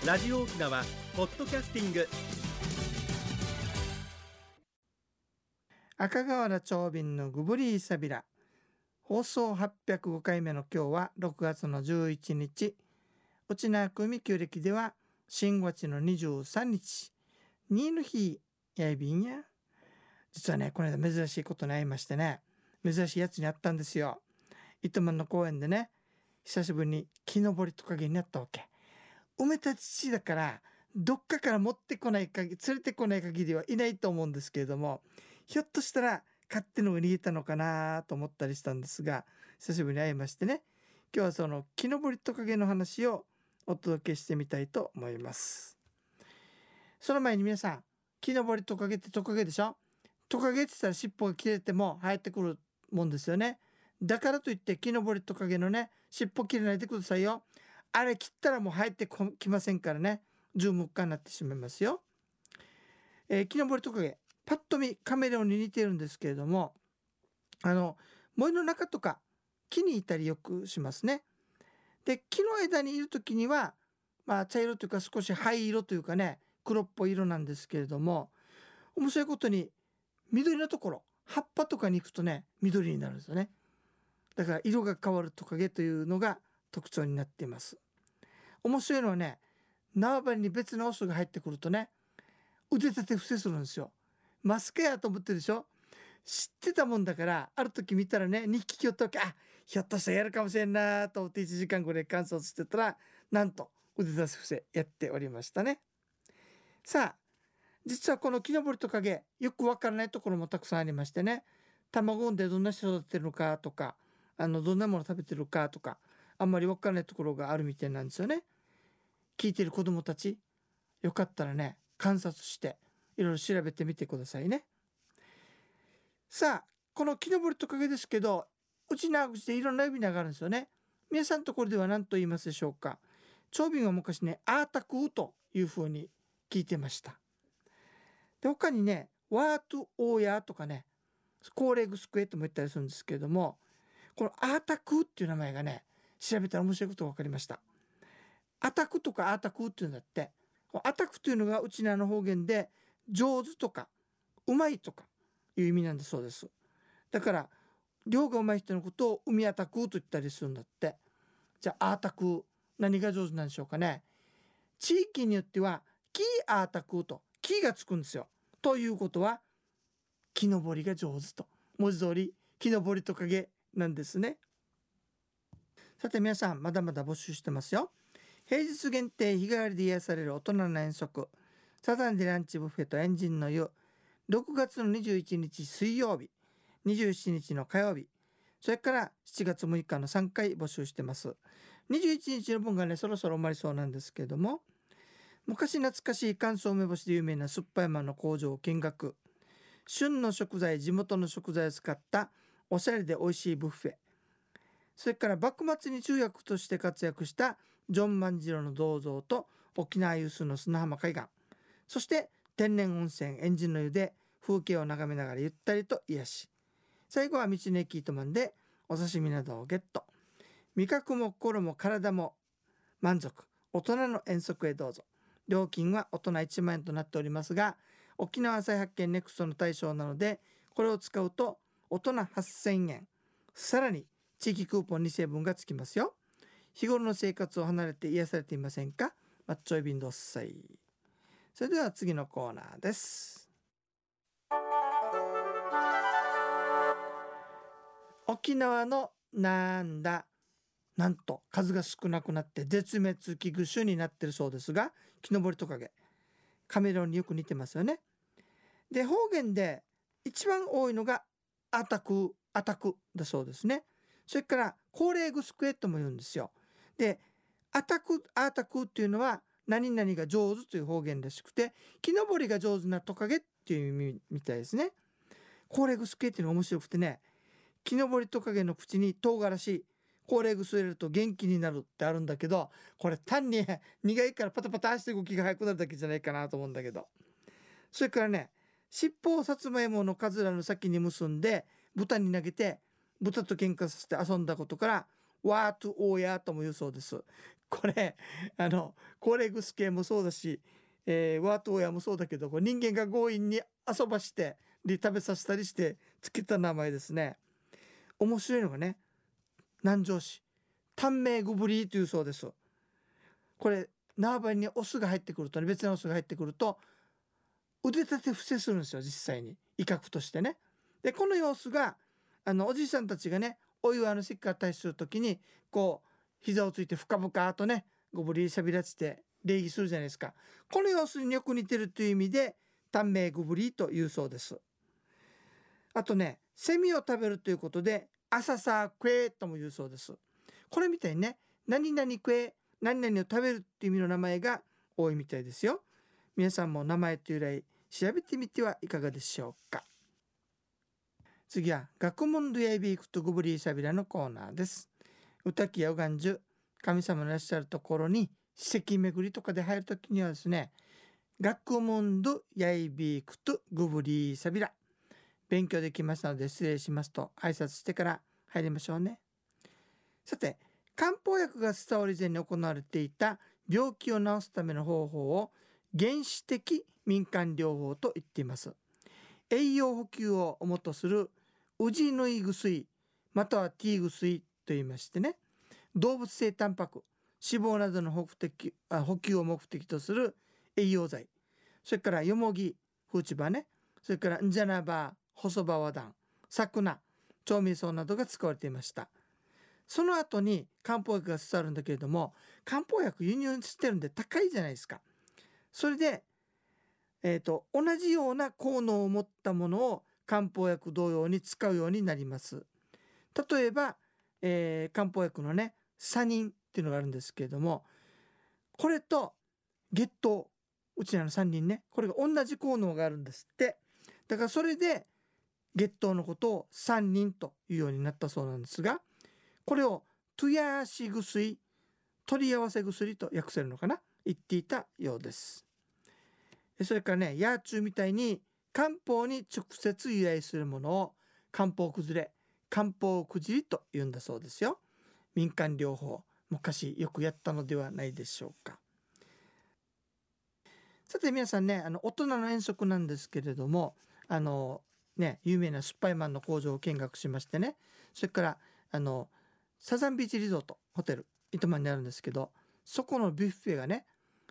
ラジオ沖縄ポッドキャスティング。 赤瓦長瓶のグブリーサビラ、放送805回目の今日は6月の11日、沖縄組旧暦では新月の23日にの日やいびんや。実はね、この間珍しいことに会いましてね、珍しいやつに会ったんですよ。糸満の公園でね、久しぶりに木登りトカゲになったわけ。埋め立て地だからどっかから持ってこない限り、連れてこない限りはいないと思うんですけれども、ひょっとしたら勝手のが逃げたのかなと思ったりしたんですが、久しぶりに会いましてね、今日はその木登りトカゲの話をお届けしてみたいと思います。その前に皆さん、木登りトカゲってトカゲでしょ。トカゲって言ったら尻尾が切れても生えてくるもんですよね。だからといって木登りトカゲのね、尻尾切れないでくださいよ。あれ切ったらもう生えてきませんからね、ズーム化になってしまいますよ。木登りトカゲ、パッと見カメレオンに似てるんですけれども、森の中とか木にいたりよくしますね。で、木の間にいる時には茶色というか少し灰色というかね、黒っぽい色なんですけれども、面白いことに緑のところ、葉っぱとかに行くとね、緑になるんですよね。だから色が変わるトカゲというのが特徴になっています。面白いのはね、縄張りに別のオスが入ってくるとね、腕立て伏せするんですよ。マスクやと思ってるでしょ。知ってたもんだから、ある時見たらね、2匹寄ったわけ。ひょっとしたらやるかもしれんなと思って1時間ぐらい観察してたら、なんと腕立て伏せやっておりましたね。さあ、実はこの木登りトカゲ、よくわからないところもたくさんありましてね、卵を産んでどんな人育ててるのかとか、どんなもの食べてるかとか、あんまりわからないところがあるみたいなんですよね。聞いている子どもたち、よかったらね、観察していろいろ調べてみてくださいね。さあ、この木登りトカゲですけど、うちなぐちでいろんな呼び名があるんですよね。皆さんのところでは何と言いますでしょうか。長瓶は昔ね、アータクーというふうに聞いてました。で、他にね、ワートオーヤーとかね、コーレグスクエとも言ったりするんですけれども、このアータクーっていう名前がね、調べたら面白いことが分かりました。アタクとかアータクっていうんだって。アタクというのがうちなの方言で上手とかうまいとかいう意味なんだそうです。だから漁がうまい人のことを海アタクと言ったりするんだって。じゃあアータク、何が上手なんでしょうかね。地域によってはキーアータクとキーがつくんですよ。ということは木登りが上手と、文字通り木登りトカゲなんですね。さて皆さん、まだまだ募集してますよ。平日限定日帰りで癒される大人の遠足、サザンディランチブッフェとエンジンの湯、6月の21日水曜日、27日の火曜日、それから7月6日の3回募集してます。21日の分がね、そろそろ埋まりそうなんですけれども、昔懐かしい乾燥梅干しで有名な酸っぱいマンの工場を見学、旬の食材、地元の食材を使ったおしゃれで美味しいブッフェ、それから幕末に中役として活躍したジョン万次郎の銅像と沖縄有数の砂浜海岸、そして天然温泉エンジンの湯で風景を眺めながらゆったりと癒し、最後は道の駅糸満でお刺身などをゲット。味覚も心も体も満足、大人の遠足へどうぞ。料金は大人1万円となっておりますが、沖縄再発見ネクストの対象なので、これを使うと大人8000円、さらに地域クーポン2成分がつきますよ。日頃の生活を離れて癒されていませんか。マッチョイビンドッサイ。それでは次のコーナーです。沖縄のなんと数が少なくなって絶滅危惧種になっているそうですが、木登りトカゲ、カメレオンによく似てますよね。で、方言で一番多いのがアタクだそうですね。それから高齢グスクエとも言うんですよ。で、アータクっていうのは何々が上手という方言らしくて、木登りが上手なトカゲっていう意味みたいですね。高齢グスクエっていうのが面白くてね、木登りトカゲの口に唐辛子、高齢グス入れると元気になるってあるんだけど、これ単に苦いからパタパタして動きが速くなるだけじゃないかなと思うんだけど、それからね、尻尾をさつまいものカズラの先に結んで豚に投げて豚と喧嘩させて遊んだことからワートオーヤーとも言うそうです。これコレグス系もそうだし、ワートオーヤーもそうだけど、こう人間が強引に遊ばして食べさせたりしてつけた名前ですね。面白いのがね、南城市短命グブリーというそうです。これ縄張りにオスが入ってくるとね、別のオスが入ってくると腕立て伏せするんですよ、実際に威嚇としてね。でこの様子がおじいさんたちがね、お祝いの席から対する時にこう膝をついて深々とね、ごぶりしゃびらせて礼儀するじゃないですか。この様子によく似てるという意味で短命ごぶりというそうです。あとね、セミを食べるということで朝さ食えとも言うそうです。これみたいにね、何々食え、何々を食べるっていう意味の名前が多いみたいですよ。皆さんも名前と由来調べてみてはいかがでしょうか。次は学問ドヤイビークとグブリーサビラのコーナーです。歌木やうがんじゅ神様のいらっしゃるところに史跡巡りとかで入るときにはですね、学問ドヤイビークとグブリーサビラ勉強できましたので失礼しますと挨拶してから入りましょうね。さて、漢方薬が伝わり前に行われていた病気を治すための方法を原始的民間療法と言っています。栄養補給を主とするウジヌイ薬またはティー薬と言いましてね、動物性タンパク脂肪などの補給を目的とする栄養剤、それからヨモギフーチバね、それからンジャナバー細葉和団サクナ調味草などが使われていました。その後に漢方薬が伝わるんだけれども、漢方薬輸入してるんで高いじゃないですか。それで、同じような効能を持ったものを漢方薬同様に使うようになります。例えば、漢方薬のねサニンっていうのがあるんですけれども、これと月桃、うちらの三輪ね、これが同じ効能があるんですって。だからそれで月桃のことを三輪というようになったそうなんですが、これをトゥヤーシ薬、取り合わせ薬と訳せるのかな、言っていたようです。それからね、ヤーチューみたいに漢方に直接由来するものを漢方崩れ、漢方くじりと言うんだそうですよ。民間療法、昔よくやったのではないでしょうか。さて皆さんね、大人の遠足なんですけれども、有名なスパイマンの工場を見学しましてね、それからサザンビーチリゾートホテル糸満にあるんですけど、そこのビュッフェがね、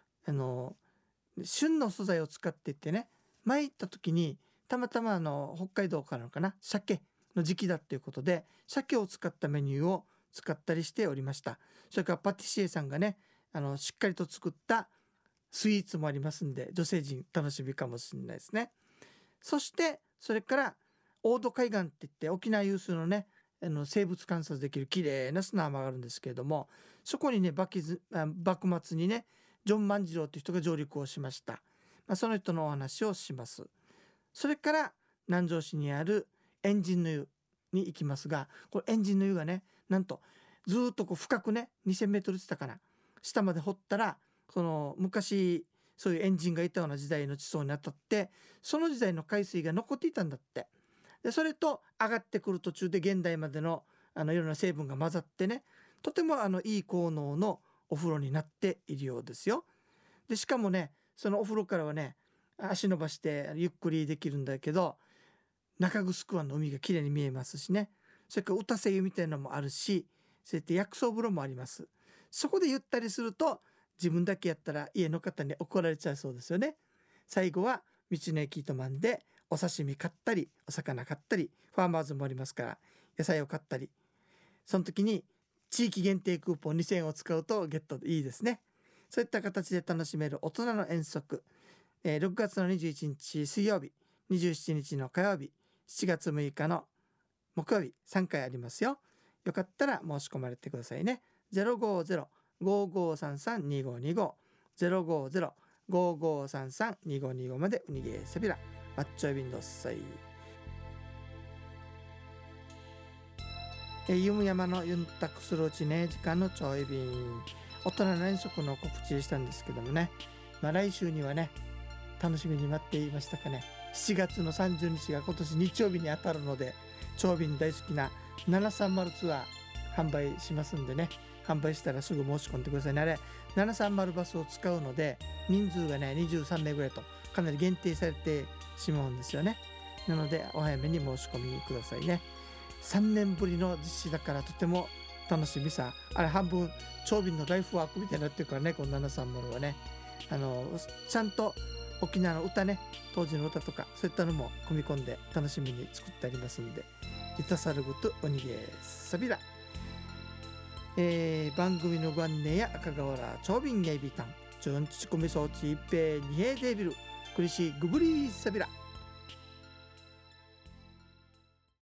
旬の素材を使っていってね、前行った時にたまたま北海道からのかな、鮭の時期だっていうことで鮭を使ったメニューを使ったりしておりました。それからパティシエさんがね、しっかりと作ったスイーツもありますんで、女性陣楽しみかもしれないですね。そしてそれから大戸海岸って言って沖縄有数のね、生物観察できる綺麗な砂浜があるんですけれども、そこにね幕末にねジョン万次郎という人が上陸をしました。その人のお話をします。それから南城市にあるエンジンの湯に行きますが、これエンジンの湯がね、なんとずっとこう深くね2000メートルしたかな、下まで掘ったら、その昔そういうエンジンがいたような時代の地層に当たって、その時代の海水が残っていたんだって。でそれと上がってくる途中で現代までのいろんな成分が混ざってね、とてもいい効能のお風呂になっているようですよ。でしかもね、そのお風呂からはね足伸ばしてゆっくりできるんだけど、中城湾の海がきれいに見えますしね、それから打たせ湯みたいなのもあるし、そうやって薬草風呂もあります。そこでゆったりすると自分だけやったら家の方に怒られちゃうそうですよね。最後は道の駅糸満でお刺身買ったりお魚買ったり、ファーマーズもありますから野菜を買ったり、その時に地域限定クーポン2000円を使うとゲットでいいですね。そういった形で楽しめる大人の遠足、6月の21日水曜日、27日の火曜日、7月6日の木曜日3回ありますよ。よかったら申し込まれてくださいね。050-5533-2525 050-5533-2525までウニゲーセビラマッチョエビンドッサイ。ユムヤマのユンタクスルーチね、時間のちょい便、大人の遠足の告知したんですけどもね、来週にはね楽しみに待っていましたかね。7月の30日が今年日曜日に当たるので、長便大好きな730ツアー販売しますんでね、販売したらすぐ申し込んでくださいね。あれ730バスを使うので人数がね23名ぐらいとかなり限定されてしまうんですよね。なのでお早めに申し込みくださいね。3年ぶりの実施だからとても楽しみさ。あれ半分長瓶のライフワークみたいになってるからね、この730はね、ちゃんと沖縄の歌ね、当時の歌とかそういったのも組み込んで楽しみに作ってありますんで、いたさるぐとおにげさびら。番組のご案内や赤瓦長瓶やいびたん、ちゅんちちこみ装置一平二平デービルクリシーグブリーサビラ。